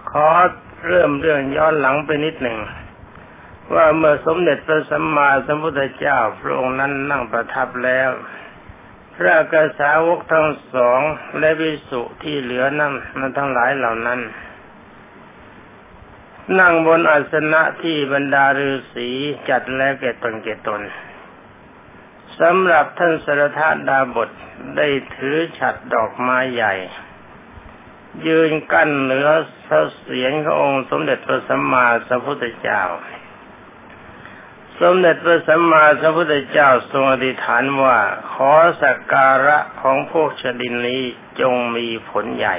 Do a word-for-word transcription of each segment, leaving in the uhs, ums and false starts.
ขอเริ่มเรื่องย้อนหลังไปนิดหนึ่งว่าเมื่อสมเด็จพระสัมมาสัมพุทธเจ้าพระองค์นั้นนั่งประทับแล้วพระกษาวกทั้งสองและภิกษุที่เหลือนั่นนั้นทั้งหลายเหล่านั้นนั่งบนอาสนะที่บรรดาฤาษีจัดแล้วแก่ตนแก่ตนสำหรับท่านสรทดาบทได้ถือฉัตรดอกไม้ใหญ่ยืนกั้นเหนือเสียงขององค์สมเด็จพระสัมมาสัมพุทธเจ้าสมเด็จพระสัมมาสัมพุทธเจ้าทรงอธิษฐานว่าขอสักการะของพวกชดินนี้จงมีผลใหญ่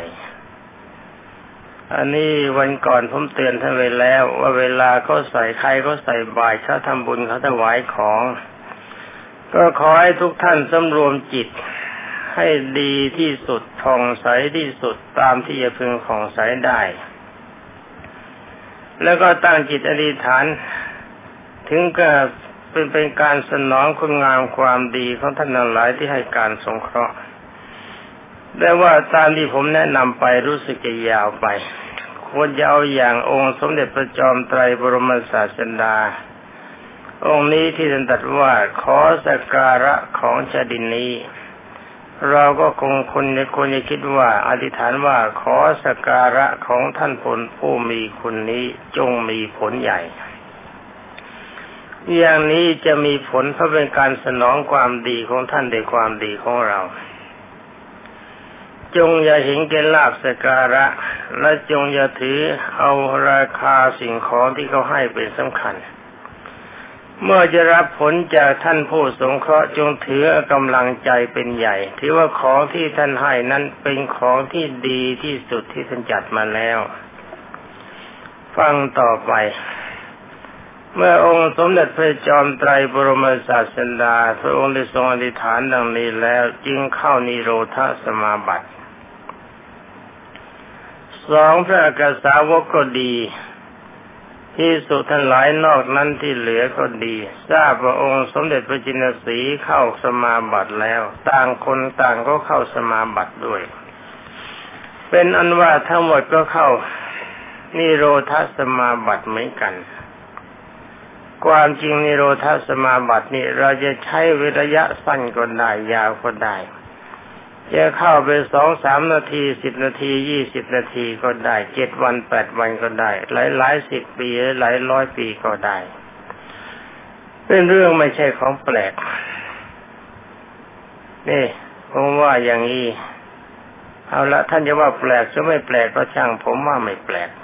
อันนี้วันก่อนผมเตือนท่านไว้แล้วว่าเวลาเขาใส่ใครเขาใส่บาตรเขาทำบุญเขาถวายของก็ขอให้ทุกท่านสำรวมจิตให้ดีที่สุดผ่องใสที่สุดตามที่จะพึงผ่องใสได้แล้วก็ตั้งจิตอธิษฐานถึงก็เป็นเป็นการสนองคุณงามความดีของท่านทั้งหลายที่ให้การสงเคราะห์แต่ว่าตามที่ผมแนะนำไปรู้สึกจะยาวไปควรจะเอาอย่างองค์สมเด็จพระจอมไตรบรมศาสดาองค์นี้ที่ท่านตรัสว่าขอสักการะของชดินนี้เราก็คงคนในคนจะคิดว่าอธิษฐานว่าขอสักการะของท่านผู้มีคุณนี้จงมีผลใหญ่อย่างนี้จะมีผลเพราะเป็นการสนองความดีของท่านด้วยความดีของเราจงอย่าเห็นแก่ลาภสักการะและจงอย่าถือเอาราคาสิ่งของที่เขาให้เป็นสำคัญเมื่อจะรับผลจากท่านผู้สงเคราะห์จงถือกำลังใจเป็นใหญ่ถือว่าของที่ท่านให้นั้นเป็นของที่ดีที่สุดที่ท่านจัดมาแล้วฟังต่อไปเมื่อองค์สมเด็จพระจอมไตรบรมศาสดาพระองค์ได้ทรงอธิษฐานดังนี้แล้วจึงเข้านิโรธสมาบัติสองพระกษาวกก็ดีที่สุทั้งหลายนอกนั้นที่เหลือก็ดีทราบว่าองค์สมเด็จพระจินสีเข้าสมาบัติแล้วต่างคนต่างก็เข้าสมาบัติด้วยเป็นอันว่าทั้งหมดก็เข้านิโรธสมาบัติเหมือนกันความจริงนิโรธสมาบัตินี่เราจะใช้ระยะสั้นก็ได้ยาวก็ได้จะเข้าไปสองสามนาทีสิบนาทียี่สิบนาทีก็ได้เจ็ดวันแปดวันก็ได้หลายหลายสิบปีหลายร้อยปีก็ได้เป็นเรื่องไม่ใช่ของแปลกนี่ผมว่าอย่างนี้เอาละท่านจะว่าแปลกจะไม่แปลกก็ช่างผมว่าไม่แปลก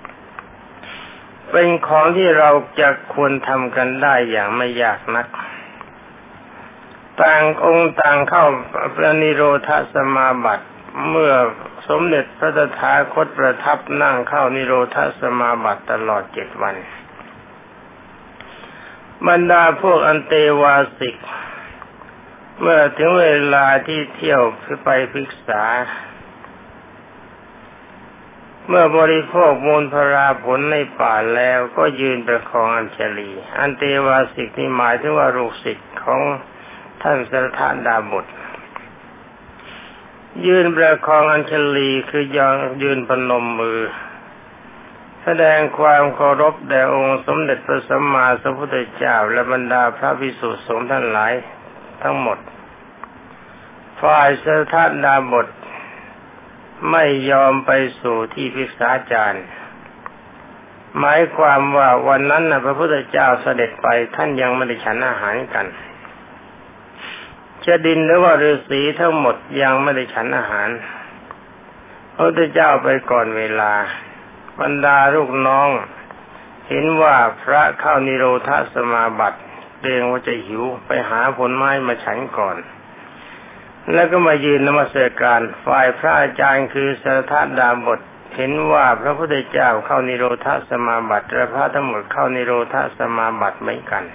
เป็นของที่เราจะควรทำกันได้อย่างไม่ยากนักต่างองค์ต่างเข้าพระนิโรธสมาบัติเมื่อสมเด็จพระตถาคตประทับนั่งเข้านิโรธสมาบัติตลอดเจ็ดวันบรรดาพวกอันเตวาสิกเมื่อถึงเวลาที่เที่ยวไปศึกษาเมื่อบริโภคมูลพราผลในป่าแล้วก็ยืนประคองอัญชลีอันเตวาสิกนี่หมายถึงว่าลูกศิษย์ของท่านสรทดาบทยืนประคองอัญชลีคือยองยืนพนมมือแสดงความเคารพแด่องค์สมเด็จพระสัมมาสัมพุทธเจ้าและบรรดาพระภิกษุสงฆ์ทั้งหลายทั้งหมดฝ่ายสรทดาบทไม่ยอมไปสู่ที่ภิกษาจารย์หมายความว่าวันนั้นนะพระพุทธเจ้าเสด็จไปท่านยังไม่ได้ฉันอาหารกันชดินหรือว่าฤาษีทั้งหมดยังไม่ได้ฉันอาหารพระพุทธเจ้าไปก่อนเวลาบรรดาลูกน้องเห็นว่าพระเข้านิโรธสมาบัติเกรงว่าจะหิวไปหาผลไม้มาฉันก่อนแล้วก็มายืนนมัสการฝ่ายพระอาจารย์คือสรทดาบทเห็นว่าพระพุทธเจ้าเข้านิโรธสมาบัติและพระทั้งหมดเข้านิโรธสมาบัติเหมือนกัน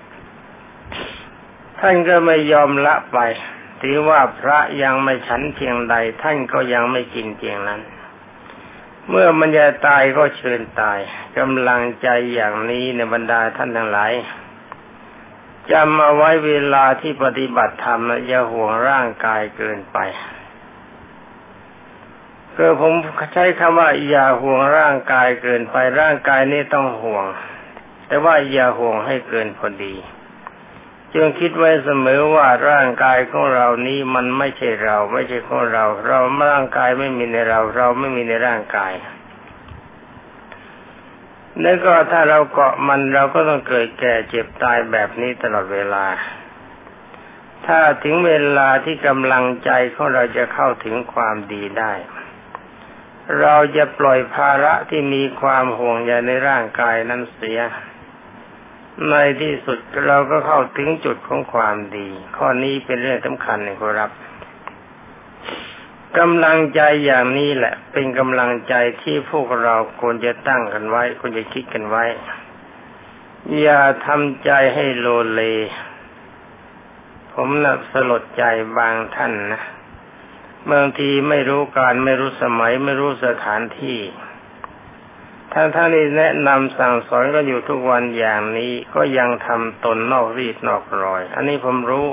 ท่านก็ไม่ยอมละไปถือว่าพระยังไม่ฉันเพียงใดท่านก็ยังไม่กินเพียงนั้นเมื่อมันจะตายก็เชิญตายกำลังใจอย่างนี้ในบรรดาท่านทั้งหลายจำเอาไว้เวลาที่ปฏิบัติธรรมอย่าห่วงร่างกายเกินไปก็ผมใช้คำว่าอย่าห่วงร่างกายเกินไปร่างกายนี้ต้องห่วงแต่ว่าอย่าห่วงให้เกินพอดีจงคิดไว้เสมอว่าร่างกายของเรานี้มันไม่ใช่เราไม่ใช่ของเราเราร่างกายไม่มีในเราเราไม่มีในร่างกายแล้วก็ถ้าเราเกาะมันเราก็ต้องเกิดแก่เจ็บตายแบบนี้ตลอดเวลาถ้าถึงเวลาที่กำลังใจของเราจะเข้าถึงความดีได้เราจะปล่อยภาระที่มีความห่วงใยในร่างกายนั้นเสียในที่สุดเราก็เข้าถึงจุดของความดีข้อนี้เป็นเรื่องสำคัญนะครับกำลังใจอย่างนี้แหละเป็นกำลังใจที่พวกเราควรจะตั้งกันไว้ควรจะคิดกันไว้อย่าทำใจให้โลเลผมน่ะสลดใจบางท่านนะบางทีไม่รู้การไม่รู้สมัยไม่รู้สถานที่ท่านท่านนี้แนะนำสั่งสอนก็อยู่ทุกวันอย่างนี้ก็ยังทำตนนอกรีดนอกรอยอันนี้ผมรู้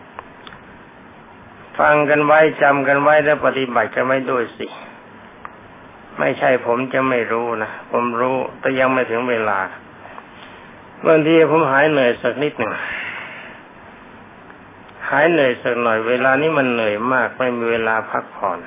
ฟังกันไว้จำกันไว้แล้วปฏิบัติกันไว้ด้วยสิไม่ใช่ผมจะไม่รู้นะผมรู้แต่ยังไม่ถึงเวลาบางทีผมหายเหนื่อยสักนิดหนึ่งหายเหนื่อยสักหน่อยเวลานี้มันเหนื่อยมากไม่มีเวลาพักผ่อน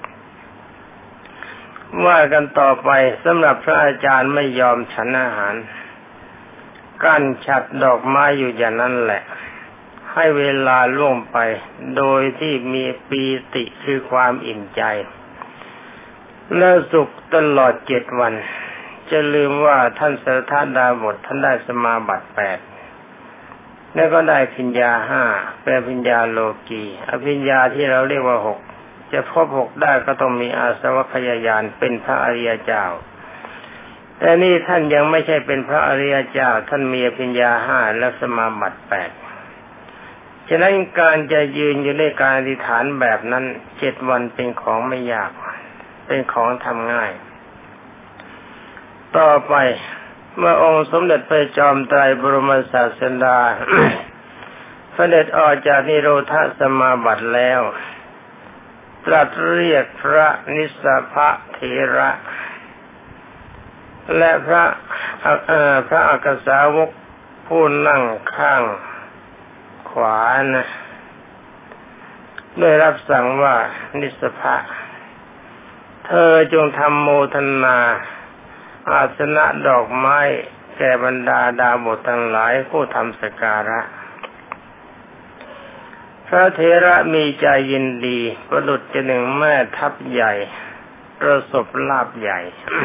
ว่ากันต่อไปสำหรับพระอาจารย์ไม่ยอมฉันอาหารกั้นฉัดดอกไม้อยู่อย่างนั้นแหละให้เวลาล่วงไปโดยที่มีปีติคือความอิ่มใจและสุขตลอดเจ็ดวันจะลืมว่าท่านสัทธาดาบทท่านได้สมาบัติแปดแล้วก็ได้ภิญญาห้าเป็นภิญญาโลกีอภิญญาที่เราเรียกว่าหกจะครบหกได้ก็ต้องมีอาสวัคยายานเป็นพระอริยเจ้าแต่นี่ท่านยังไม่ใช่เป็นพระอริยเจ้าท่านมีอภิญญาห้าและสมาบัติแปดฉะนั้นการจะยืนอยู่ในการอธิษฐานแบบนั้นเจ็ดวันเป็นของไม่ยากเป็นของทำง่ายต่อไปเมื่อองค์สมเด็จพระจอมไตรบรมศาสดา เสด็จออกจากนิโรธสมาบัติแล้วตรัสเรียกพระนิสสภะเถระและพระพระอักษาวกผู้นั่งข้างขวานะได้รับสั่งว่านิสสภะเธอจงทำโมทนาอาสนะดอกไม้แก่บรรดาดาบททั้งหลายผู้ทำสักการะพระเถระมีใจยินดีประดุจจะหนึ่งแม่ทัพใหญ่ประสบลาภใหญ่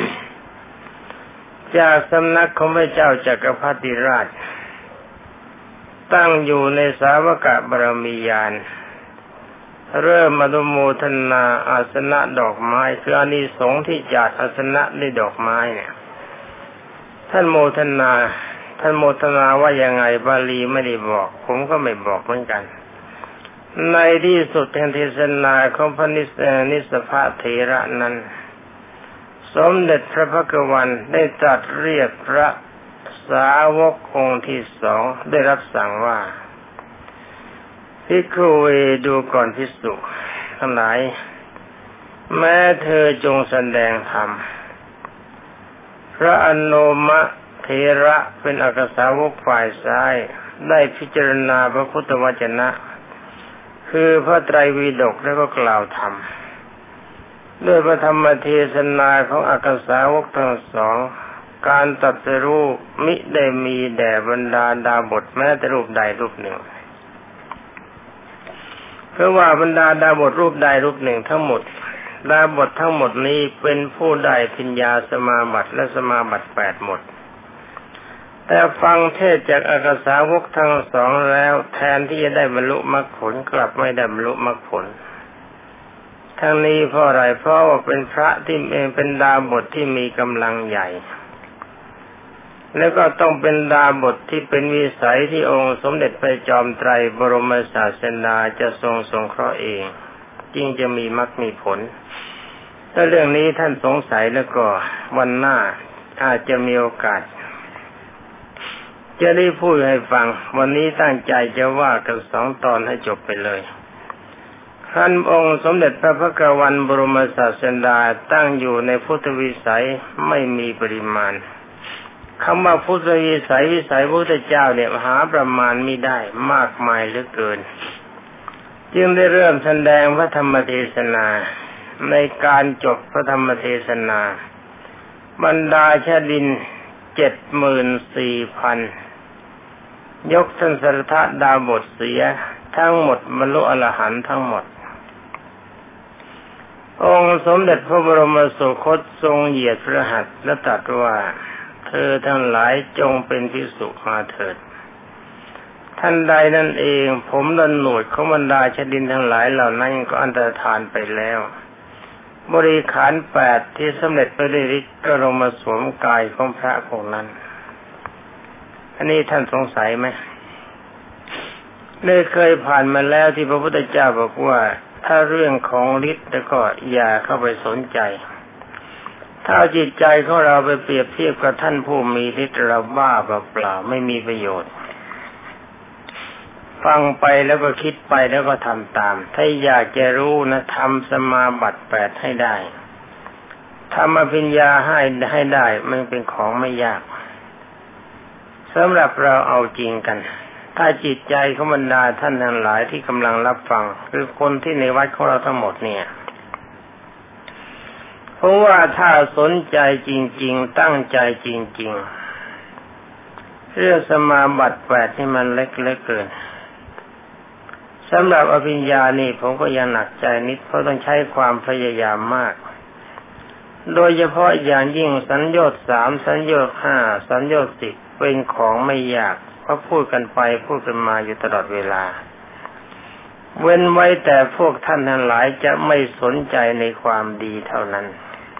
จากสำนักของพระเจ้าจักรพรรดิราชตั้งอยู่ในสาวกบารมีญาณเริ่มอนุโมทนาอาสนะดอกไม้คืออานิสงส์ที่จากอาสนะด้วยดอกไม้เนี่ยท่านโมทนาท่านโมทนาว่ายังไงบาลีไม่ได้บอกผมก็ไม่บอกเหมือนกันในที่สุดแห่งเทศนาของพระนิสสภะเถระนั้นสมเด็จพระภักวันได้ตรัสเรียกพระสาวกองค์ที่สองได้รับสั่งว่าภิกขุเวดูก่อนภิกษุทั้งหลายแม้เธอจงแสดงธรรมพระอโนมะเถระเป็นอักษาวกฝ่ายซ้ายได้พิจารณาพระพุทธวจนะคือพระไตรปิฎกแล้วก็กล่าวธรรมด้วยพระธรรมเทศนาของอักษาวกทั้งสองการตรัสรู้มิได้มีแด่บรรดาดาบทแม้แต่รูปใดรูปหนึ่งเพราะว่าบรรดาดาบทรูปใดรูปหนึ่งทั้งหมดดาบททั้งหมดนี้เป็นผู้ได้ปัญญาสมาบัติและสมาบัติแปดหมดแต่ฟังเทศจากอักษาวกทั้งสองแล้วแทนที่จะได้บรรลุมรรคผลกลับไม่ได้บรรลุมรรคผลทั้งนี้เพราะอะไรเพราะว่าเป็นพระที่เป็นดาบทที่มีกำลังใหญ่แล้วก็ต้องเป็นดาบทที่เป็นวิสัยที่องค์สมเด็จพระจอมไตรบรมศาสดาจะทรงสงเคราะห์เองจึงจะมีมรรคมีผลถ้าเรื่องนี้ท่านสงสัยแล้วก็วันหน้าอาจจะมีโอกาสจะได้พูดให้ฟังวันนี้ตั้งใจจะว่ากันสองตอนให้จบไปเลยคท่านองค์สมเด็จพระพักวันบรมศาสดาตั้งอยู่ในพุทธวิสัยไม่มีปริมาณคำว่าพุทธวิสัยวิสัยพระพุทธเจ้าเนี่ยหาประมาณไม่ได้มากมายเหลือเกินจึงได้เริ่มแสดงพระธรรมเทศนาในการจบพระธรรมเทศนาบรรดาชาดินเจ็ดหมื่นสี่พันยกท่านสรทดาบทเสียทั้งหมดบรรลุอรหันต์ทั้งหมดองค์สมเด็จพระบรมสุคตทรงเหยียดพระหัตถ์และตรัสว่าเธอทั้งหลายจงเป็นภิกษุมาเถิดท่านใดนั่นเองผมดนหนวดของบรรดาชดินทั้งหลายเหล่านั้นก็อันตรธานไปแล้วบริขารแปดที่สำเร็จไปด้วยฤทธิ์ก็ลงมาสวมกายของพระองค์นั้นอันนี้ท่านสงสัยไหมได้เคยผ่านมาแล้วที่พระพุทธเจ้าบอกว่าถ้าเรื่องของฤทธิ์แล้วก็อย่าเข้าไปสนใจถ้าจิตใจของเราไปเปรียบเทียบกับท่านผู้มีฤทธิ์เราบ้าเปล่าๆไม่มีประโยชน์ฟังไปแล้วก็คิดไปแล้วก็ทำตามถ้าอยากจะรู้นะทำสมาบัติแปดให้ได้ทำอภิญญาให้ให้ได้มันเป็นของไม่ยากสำหรับเราเอาจริงกันถ้าจิตใจของบรรดาท่านทั้งหลายที่กำลังรับฟังคือคนที่ในวัดของเราทั้งหมดเนี่ยเพราะว่าถ้าสนใจจริงๆตั้งใจจริงๆเรื่องสมาบัติแปดนี่มันเล็กเหลือเกินสำหรับอภิญญานี่ผมก็ยังหนักใจนิดเพราะต้องใช้ความพยายามมากโดยเฉพาะอย่างยิ่งสัญโยชน์สามสัญโยชน์ห้าสัญโยชน์สิบเป็นของไม่ยากเพราะพูดกันไปพูดกันมาอยู่ตลอดเวลาเว้นไว้แต่พวกท่านทั้งหลายจะไม่สนใจในความดีเท่านั้น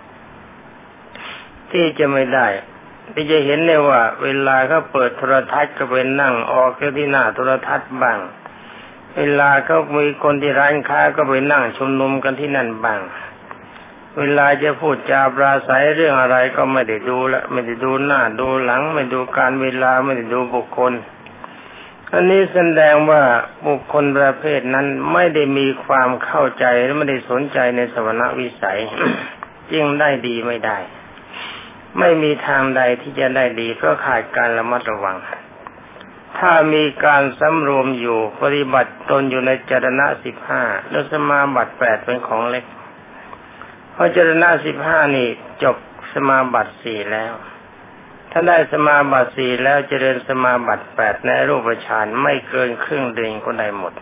ที่จะไม่ได้ที่จะเห็นเลยว่าเวลาเขาเปิดโทรทัศน์ก็ไปนั่งออกที่หน้าโทรทัศน์บ้างเวลาเขามีคนที่ร้านค้าก็ไปนั่งชุมนุมกันที่นั่นบ้างเวลาจะพูดจาปราศัยเรื่องอะไรก็ไม่ได้ดูละไม่ได้ดูหน้าดูหลังไม่ดูการเวลาไม่ได้ดูบุคคลอันนี้แสดงว่าบุคคลประเภทนั้นไม่ได้มีความเข้าใจและไม่ได้สนใจในสวรรวิสัย จึงได้ดีไม่ได้ไม่มีทางใดที่จะได้ดีเพราะขาดการระมัดระวังถ้ามีการสำรวมอยู่ปฏิบัติตนอยู่ในจรณะสิบห้าแล้วสมาบัติแปดเป็นของเล็กเพราะจรณะสิบห้านี่จบสมาบัติสี่แล้วถ้าได้สมาบัติสี่แล้วเจริญสมาบัติแปดในรูปฌานไม่เกินครึ่งเดือนก็ได้หมด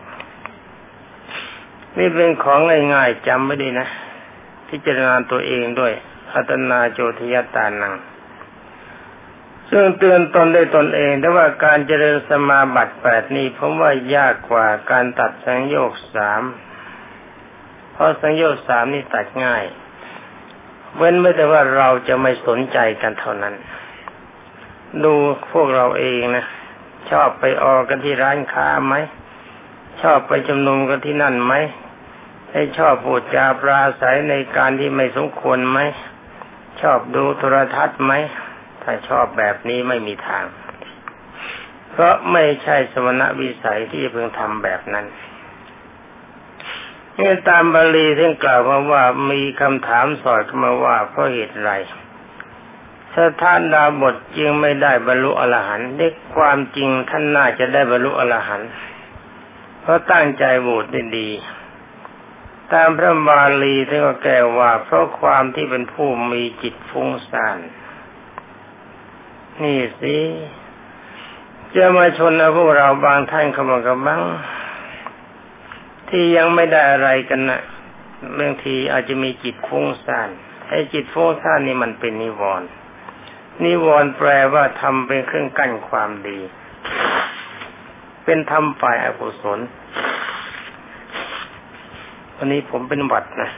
นี่เป็นของง่ายๆจำไว้ดีนะพิจารณาตัวเองด้วยอัตนาโจทยตานังซึ่งเตือนตนได้ตนเองแต่ว่าการเจริญสมาบัติแปดนี้ผมว่ายากกว่าการตัดสังโยชน์สามเพราะสังโยชน์สามนี่ตัดง่ายเว้นไว้แต่ว่าเราจะไม่สนใจกันเท่านั้นดูพวกเราเองนะชอบไปออกกันที่ร้านค้าไหมชอบไปชุมนุมกันที่นั่นไหมให้ชอบพูดจาปราศัยในการที่ไม่สมควรไหมชอบดูโทรทัศน์ไหมถ้าชอบแบบนี้ไม่มีทางเพราะไม่ใช่สมณวิสัยที่จะพึงทำแบบนั้นนี่ตามบาลีท่านกล่าวมาว่ามีคำถามสอดเข้ามาว่าเพราะเหตุไรสถานดาบทจึงไม่ได้บรรลุอรหันต์ด้วยความจริงท่านน่าจะได้บรรลุอรหันต์เพราะตั้งใจโหวตได้ดีตามพระบาลีท่านก็แก้ว่าเพราะความที่เป็นผู้มีจิตฟุ้งซ่านนี่สิจะมาชนเอาพวกเราบางท่านเขาบอกกับบ้างที่ยังไม่ได้อะไรกันนะบางทีอาจจะมีจิตฟุ้งซ่านไอ้จิตฟุ้งซ่านนี่มันเป็นนิวรณ์นิวรณ์แปลว่าทำเป็นเครื่องกั้นความดีเป็นธรรมฝ่ายอกุศลวันนี้ผมเป็นหวัดนะ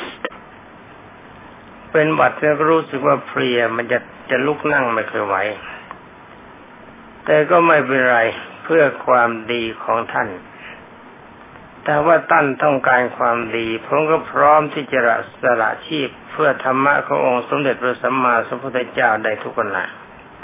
เป็นหวัดแล้วก็รู้สึกว่าเพลียมันจะจะลุกนั่งไม่เคยไหวแต่ก็ไม่เป็นไรเพื่อความดีของท่านแต่ว่าท่านต้องการความดีผมก็พร้อมที่จะสละชีพเพื่อธรรมะขององค์สมเด็จพระสัมมาสัมพุทธเจ้าได้ทุกขณะ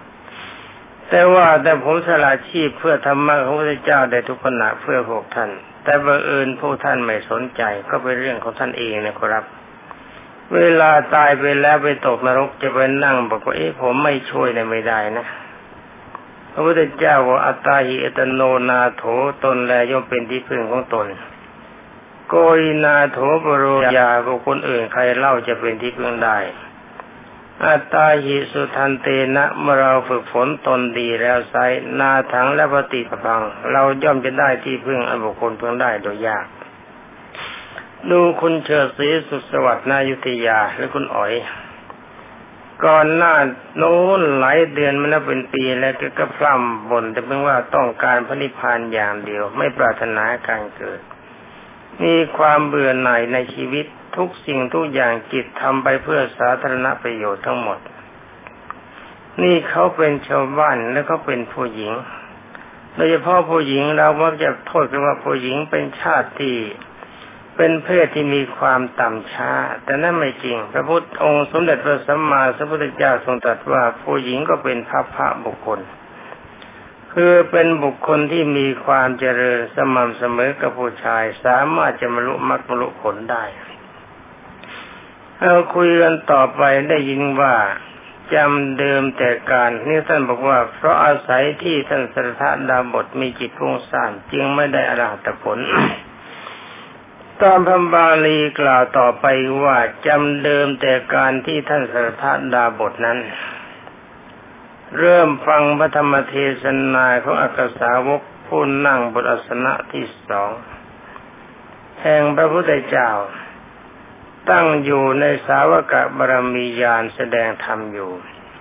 แต่ว่าแต่ผมสละชีพเพื่อธรรมะของพระพุทธเจ้าได้ทุกขณะเพื่อพวกท่านแต่บังเอิญผู้ท่านไม่สนใจก็เป็นเรื่องของท่านเองนะครับเวลาตายไปแล้วไปตกนรกจะไปนั่งบอกว่าเอ๊ะผมไม่ช่วยเลยไม่ได้นะพระพุทธเจ้าว่าอัตตาหิอัตโนนาโถตนแลย่อมเป็นที่พึ่งของตนโกอินาโถปโรยาบุคคลอื่นใครเล่าจะเป็นที่พึ่งได้อัตตาหิสุทันเตนะเมื่อเราฝึกฝนตนดีแล้วไซนาถังและปฏิปพังเราย่อมจะได้ที่พึ่งอันบุคคลเพิ่งได้โดยยากดูคุณเชิดศรีสุขสวัสดิ์นายุทธยาและคุณอ๋อยก่อนหน้าโน้นหลายเดือนมันแล้วเป็นปีแล้วก็ก็พร่ำบ่นแต่เพียงว่าต้องการพระนิพพานอย่างเดียวไม่ปรารถนาการเกิดมีความเบื่อหน่ายในชีวิตทุกสิ่งทุกอย่างจิตทำไปเพื่อสาธารณประโยชน์ทั้งหมดนี่เขาเป็นชาวบ้านแล้วเขาเป็นผู้หญิงโดยเฉพาะผู้หญิงเรามักจะโทษกันว่าผู้หญิงเป็นชาติที่เป็นเพศที่มีความต่ำช้าแต่นั่นไม่จริงพระพุทธองค์สมเด็จพระสัมมาสัมพุทธเจ้าทรงตรัสว่าผู้หญิงก็เป็นพระพระบุคคลคือเป็นบุคคลที่มีความเจริญสม่ำเสมอกับผู้ชายสามารถจะบรรลุมรรคบรรลุผลได้เราคุยกันต่อไปได้ยินว่าจำเดิมแต่การนี่ท่านบอกว่าเพราะอาศัยที่ท่านสัทธดาบทมีจิตฟุ้งซ่านจึงไม่ได้อรหัตผลตามพระบาลีกล่าวต่อไปว่าจำเดิมแต่การที่ท่านสัทธดาบทนั้นเริ่มฟังพระธรรมเทศนาของอักษาวกผู้นั่งบนอาสนะที่สองแห่งพระพุทธเจ้าตั้งอยู่ในสาวกบารมีญาณแสดงธรรมอยู่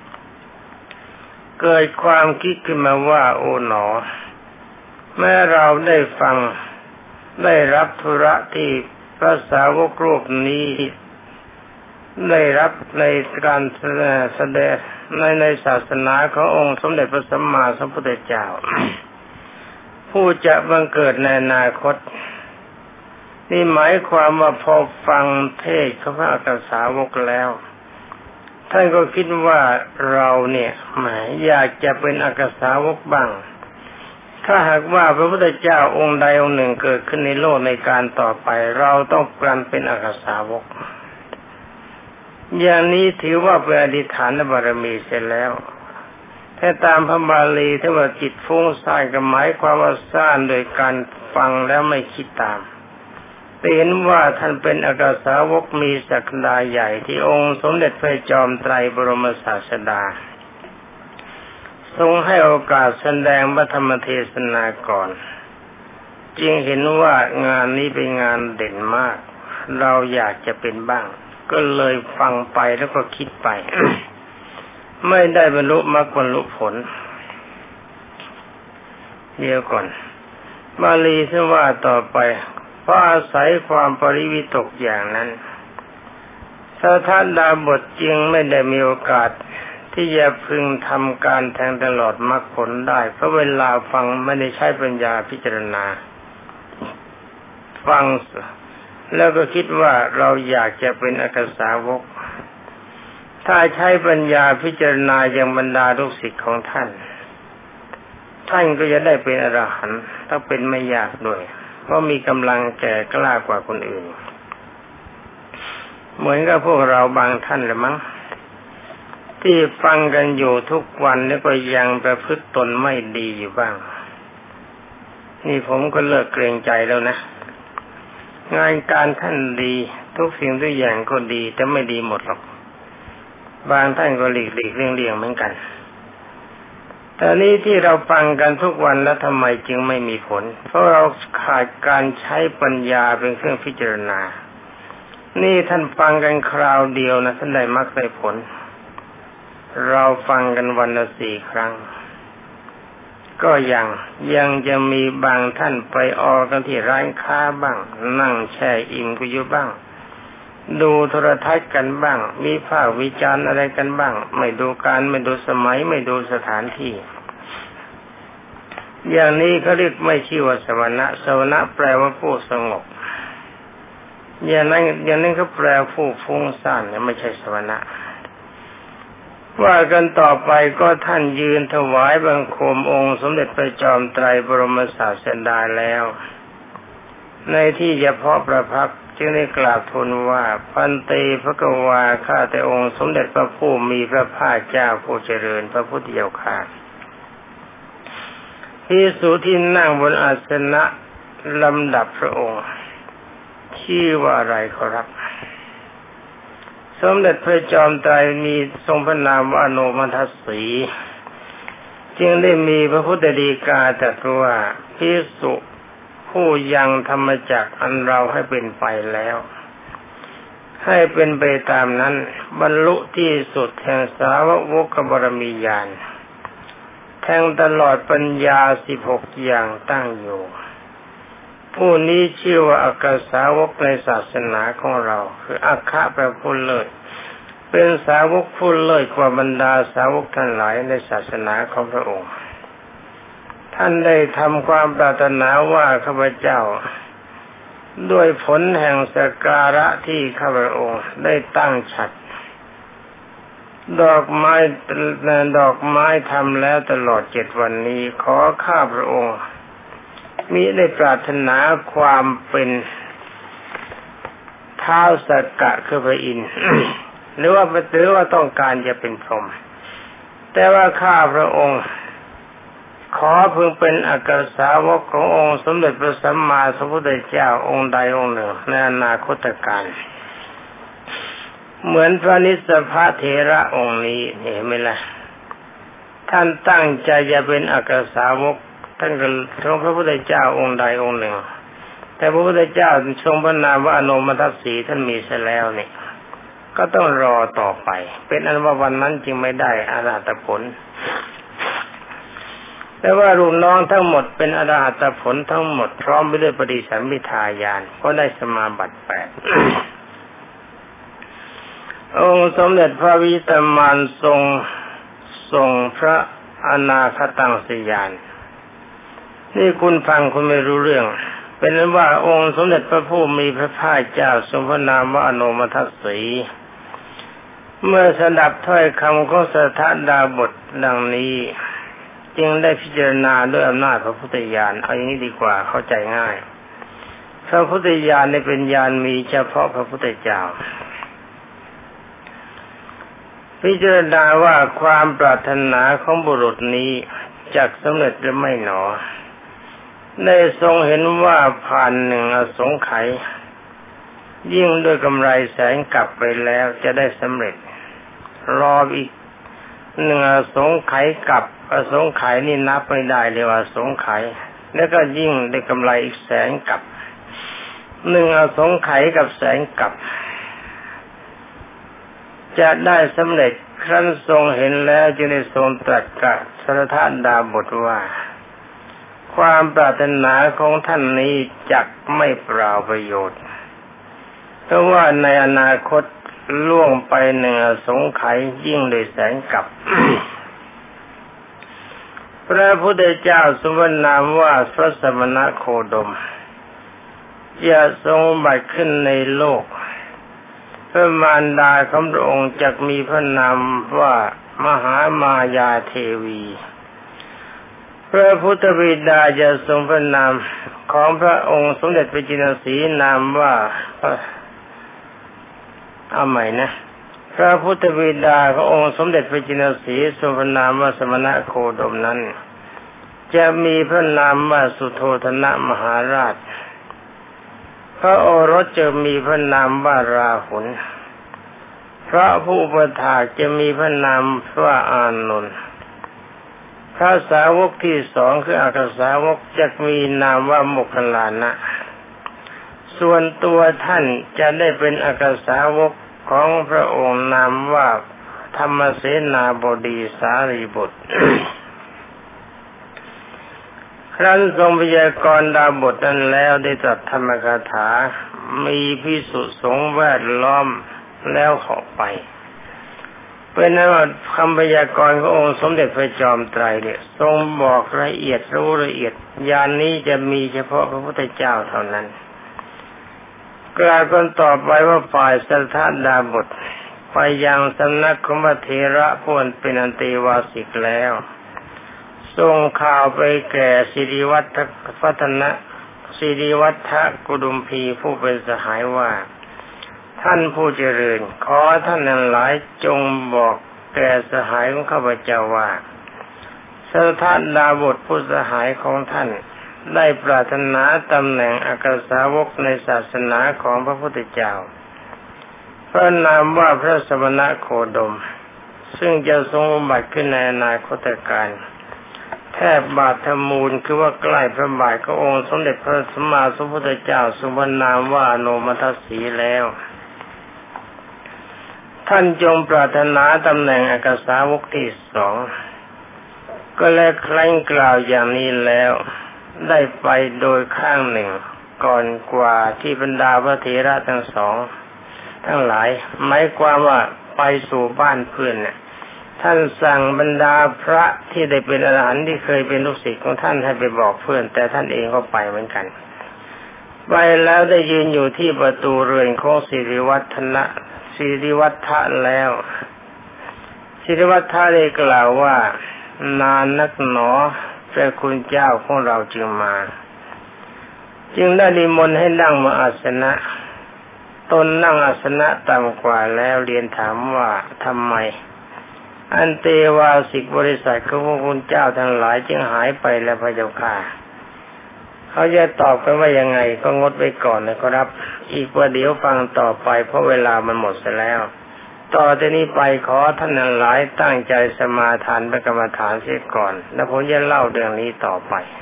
เกิดความคิดขึ้นมาว่าโอ๋หนอแม้เราได้ฟังได้รับธุระที่พระสาวกรูปนี้ได้รับในการแสดงในในศาสนาขององค์สมเด็จพระสัมมาสัมพุทธเจ้าผู้จะบังเกิดในอนาคตนี่หมายความว่าพอฟังเทศน์ของพระอักษาวกแล้วท่านก็คิดว่าเราเนี่ยแหมอยากจะเป็นอักษาวกบ้างถ้าหากว่าพระพุทธเจ้าองค์ใดองค์หนึ่งเกิดขึ้นในโลกในการต่อไปเราต้องการเป็นอักษาวกอย่างนี้ถือว่าเป็นอธิษฐานบารมีเสร็จแล้วถ้าตามพระบาลีที่ว่าจิตฟุ้งซ่านก็หมายความว่าซ่านโดยการฟังแล้วไม่คิดตามเห็นว่าท่านเป็นอักษาวกมีศักดาใหญ่ที่องค์สมเด็จพระจอมไตรบรมศาสดาทรงให้โอกาสแสดงพระธรรมเทศนาก่อนจึงเห็นว่างานนี้เป็นงานเด่นมากเราอยากจะเป็นบ้างก็เลยฟังไปแล้วก็คิดไป ไม่ได้บรรลุมรรคบรรลุผลเดี๋ยวก่อนบาลีที่ว่าต่อไปเพราะอาศัยความปริวิตกอย่างนั้นสัทธดาบทจึงไม่ได้มีโอกาสที่จะพึงทำการแทงตลอดมรรคผลได้เพราะเวลาฟังไม่ได้ใช้ปัญญาพิจารณาฟังแล้วก็คิดว่าเราอยากจะเป็นอักษาวกถ้าใช้ปัญญาพิจารณาอย่างบรรดาลูกศิษย์ของท่านท่านก็จะได้เป็นอรหันต์ถ้าเป็นไม่ยากด้วยเพราะมีกำลังแก่กล้ากว่าคนอื่นเหมือนกับพวกเราบางท่านละมั้งที่ฟังกันอยู่ทุกวันแล้วก็ยังประพฤติตนไม่ดีอยู่บ้างนี่ผมก็เลิกเกรงใจแล้วนะงานการท่านดีทุกสิ่งทุกอย่างก็ดีแต่ไม่ดีหมดหรอกบางท่านก็หลีกหลีกเลี่ยงเลี่ยงเหมือนกันแต่นี้ที่เราฟังกันทุกวันแล้วทำไมจึงไม่มีผลเพราะเราขาดการใช้ปัญญาเป็นเครื่องพิจารณานี่ท่านฟังกันคราวเดียวนะท่านได้มรรคได้ผลเราฟังกันวันละสี่ครั้งก็ยังยังจะมีบางท่านไปออกกันที่ร้านค้าบ้างนั่งแช่อิ่มก็อยู่บ้างดูโทรทัศน์กันบ้างมีภาพวิจารณ์อะไรกันบ้างไม่ดูการไม่ดูสมัยไม่ดูสถานที่อย่างนี้เขาเรียกไม่ชื่อว่าสวนะสวนะแปลว่าผู้สงบอย่างนั้นอย่างนั้นเขาแปลผู้ฟุ้งซ่านเนี่ยไม่ใช่สวนะว่ากันต่อไปก็ท่านยืนถวายบังคมองค์สมเด็จพระจอมไตรบรมศาสดาแล้วในที่เฉพาะประภักจึงได้กราบทูลว่าพันเตพระกวาข้าแต่องค์สมเด็จพระผู้มีพระภาคเจ้าผู้เจริญพระพุทธเจ้าข้าภิกษุที่นั่งบนอาสนะลำดับพระองค์ชื่อว่าอะไรขอรับสมเด็จพระจอมไตรมีทรงพระนามว่าอโนมัทสีจึงได้มีพระพุทธฎีกาตรัสว่าภิกษุผู้ยังธรรมจักรอันเราให้เป็นไปแล้วให้เป็นไปตามนั้นบรรลุที่สุดแห่งสาวกบารมีญาณแทงตลอดปัญญาสิบหกอย่างตั้งอยู่ผู้นี้ชื่อว่าอัครสาวกในศาสนาของเราคืออัคคะแปลผู้เลิศเป็นสาวกผู้เลิศกว่าบรรดาสาวกทั้งหลายในศาสนาของพระองค์ท่านได้ทำความปรารถนาว่าข้าพเจ้าด้วยผลแห่งสักการะที่ข้าพระองค์ได้ตั้งฉัตรดอกไม้ดอกไม้ทำแล้วตลอดเจ็ดวันนี้ขอข้าพระองค์มิได้ปรารถนาความเป็นท้าวสักกะคือพระอินทร์ หรือว่าหรือว่าต้องการจะเป็นพรหมแต่ว่าข้าพระองค์ขอเพิ่งเป็นอัครสาวกขององค์สมเด็จพระสัมมาสัมพุทธเจ้าองค์ใดองค์หนึ่งในอนาคตการเหมือนพระนิสสพเถระองค์นี้เห็นไหมล่ะท่านตั้งใจจะเป็นอัครสาวกท่านก็ทรงพระพุทธเจ้าองค์ใดองค์หนึ่งแต่พระพุทธเจ้าทรงพระนามว่าอโนมัทสีท่านมีเสียแล้วนี่ก็ต้องรอต่อไปเป็นอันว่าวันนั้นจึงไม่ได้อรหัตผลแต่ว่าลูกน้องทั้งหมดเป็นอรหัตผลทั้งหมดพร้อมไปด้วยปฏิสัมภิทาญาณก็ได้สมาบัติแปด องค์สมเด็จพระวิสมานทรงทรงพระอนาคตังสยานนี่คุณฟังคุณไม่รู้เรื่องเป็นนั้นว่าองค์สมเด็จพระผู้มีพระภาคเจ้าทรงพระนามว่าอโนมัทสีเมื่อสดับถ้อยคำของสัทธดาบทดังนี้จึงได้พิจารณาด้วยอำนาจพระพุทธญาณเอาอย่างนี้ดีกว่าเข้าใจง่ายพระพุทธญาณนี่เป็นญาณมีเฉพาะพระพุทธเจ้าพิจารณาว่าความปรารถนาของบุรุษนี้จักสำเร็จหรือไม่หนอได้ทรงเห็นว่าผ่านหนึ่งอสงไขยยิ่งด้วยกำไรแสนกลับไปแล้วจะได้สำเร็จรออีกหนึ่งอสงไขยกลับอสงไขยนี่นับไม่ได้เลยว่าอสงไขยแล้วก็ยิ่งได้กำไรอีกแสนกลับหนึ่งอสงไขยกับแสนกลับจะได้สำเร็จครั้นทรงเห็นแล้วจึงได้ทรงตรัสกับสัทธดาบทว่าความปรารถนาของท่านนี้จักไม่เปล่าประโยชน์เพราะว่าในอนาคตล่วงไปหนึ่งอสงไขยยิ่งโดยแสนกลับ พระพุทธเจ้าทรงพระนามว่าพระสมณโคดมจะทรงบัติขึ้นในโลกพระมารดาของพระองค์จักมีพระนามว่ามหามายาเทวีพระพุทธบิดาจะทรงพระนามของพระองค์สมเด็จพระจินสีนามว่าเอาใหม่นะพระพุทธบิดาขององค์สมเด็จพระจินสีทรงพระนามว่าสมณโคดมนั้นจะมีพระนามว่าสุโธทนะมหาราชพระโอรสจะมีพระนามว่าราหุลพระผู้ประทากจะมีพระนามว่าอานนท์พระสาวกที่สองคืออัครสาวกจะมีนามว่าโมคคัลลานะส่วนตัวท่านจะได้เป็นอัครสาวกของพระองค์นามว่าธรรมเสนาบดีสารีบุตร ครั้นทรงพยากรณ์ดาบทนั้นแล้วได้ตรัสธรรมคาถามีภิกษุสงฆ์แวดล้อมแล้วขอไปเป็นนั้นว่าคำพยากรณ์ขององค์สมเด็จพระจอมไตรเนี่ยทรงบอกละเอียดรู้ละเอียดญาณ น, นี้จะมีเฉพาะพระพุทธเจ้าเท่านั้นกล่าวกันต่อไปว่าฝ่ายสัทธดาบทไปยังสำนักของพระเถระผู้เป็นอันเตวาสิกแล้วส่งข่าวไปแก่สิริวัฒพัฒนะสิริวัฒกุดุมพีผู้เป็นสหายว่าท่านผู้เจริญขอท่านทั้งหลายจงบอกแก่สหายของข้าพเจ้าว่าสถานดาบทผู้สหายของท่านได้ปรารถนาตำแหน่งอัครสาวกในศาสนาของพระพุทธเจ้าพระนามว่าพระสมณโคดมซึ่งจะทรงอุบัติขึ้นในอนาคตการแทบบาทมูลคือว่าใกล้พระบาทขององค์สมเด็จพระสัมมาสัมพุทธเจ้าทรงพระนามว่าอนุมัตสีแล้วท่านจงปรารถนาตำแหน่งอัครสาวกที่สองก็และครั้งกล่าวอย่างนี้แล้วได้ไปโดยข้างหนึ่งก่อนกว่าที่บรรดาพระเถระทั้งสองทั้งหลายหมายความว่าไปสู่บ้านเพื่อนเนี่ยท่านสั่งบรรดาพระที่ได้เป็นอรหันต์ที่เคยเป็นลูกศิษย์ของท่านให้ไปบอกเพื่อนแต่ท่านเองก็ไปเหมือนกันไปแล้วได้ยืนอยู่ที่ประตูเรือนของสิริวัฒนะสิริวัฒะแล้วสิริวัฒะได้กล่าวว่านานนักหนอพระคุณเจ้าของเราจึงมาจึงได้นิมนต์ให้นั่งมาอาสนะตนนั่งอาสนะต่ำกว่าแล้วเรียนถามว่าทำไมอันเตวาสิกบริษัทของพระคุณเจ้าทั้งหลายจึงหายไปแล้วพระเจ้าค่ะเขาจะตอบกันว่ายังไงก็งดไว้ก่อนนะครับอีกว่าเดี๋ยวฟังต่อไปเพราะเวลามันหมดเสียแล้วต่อจากนี้ไปขอท่านทั้งหลายตั้งใจสมาทานเป็นกรรมฐานเสียก่อนแล้วผมจะเล่าเรื่องนี้ต่อไป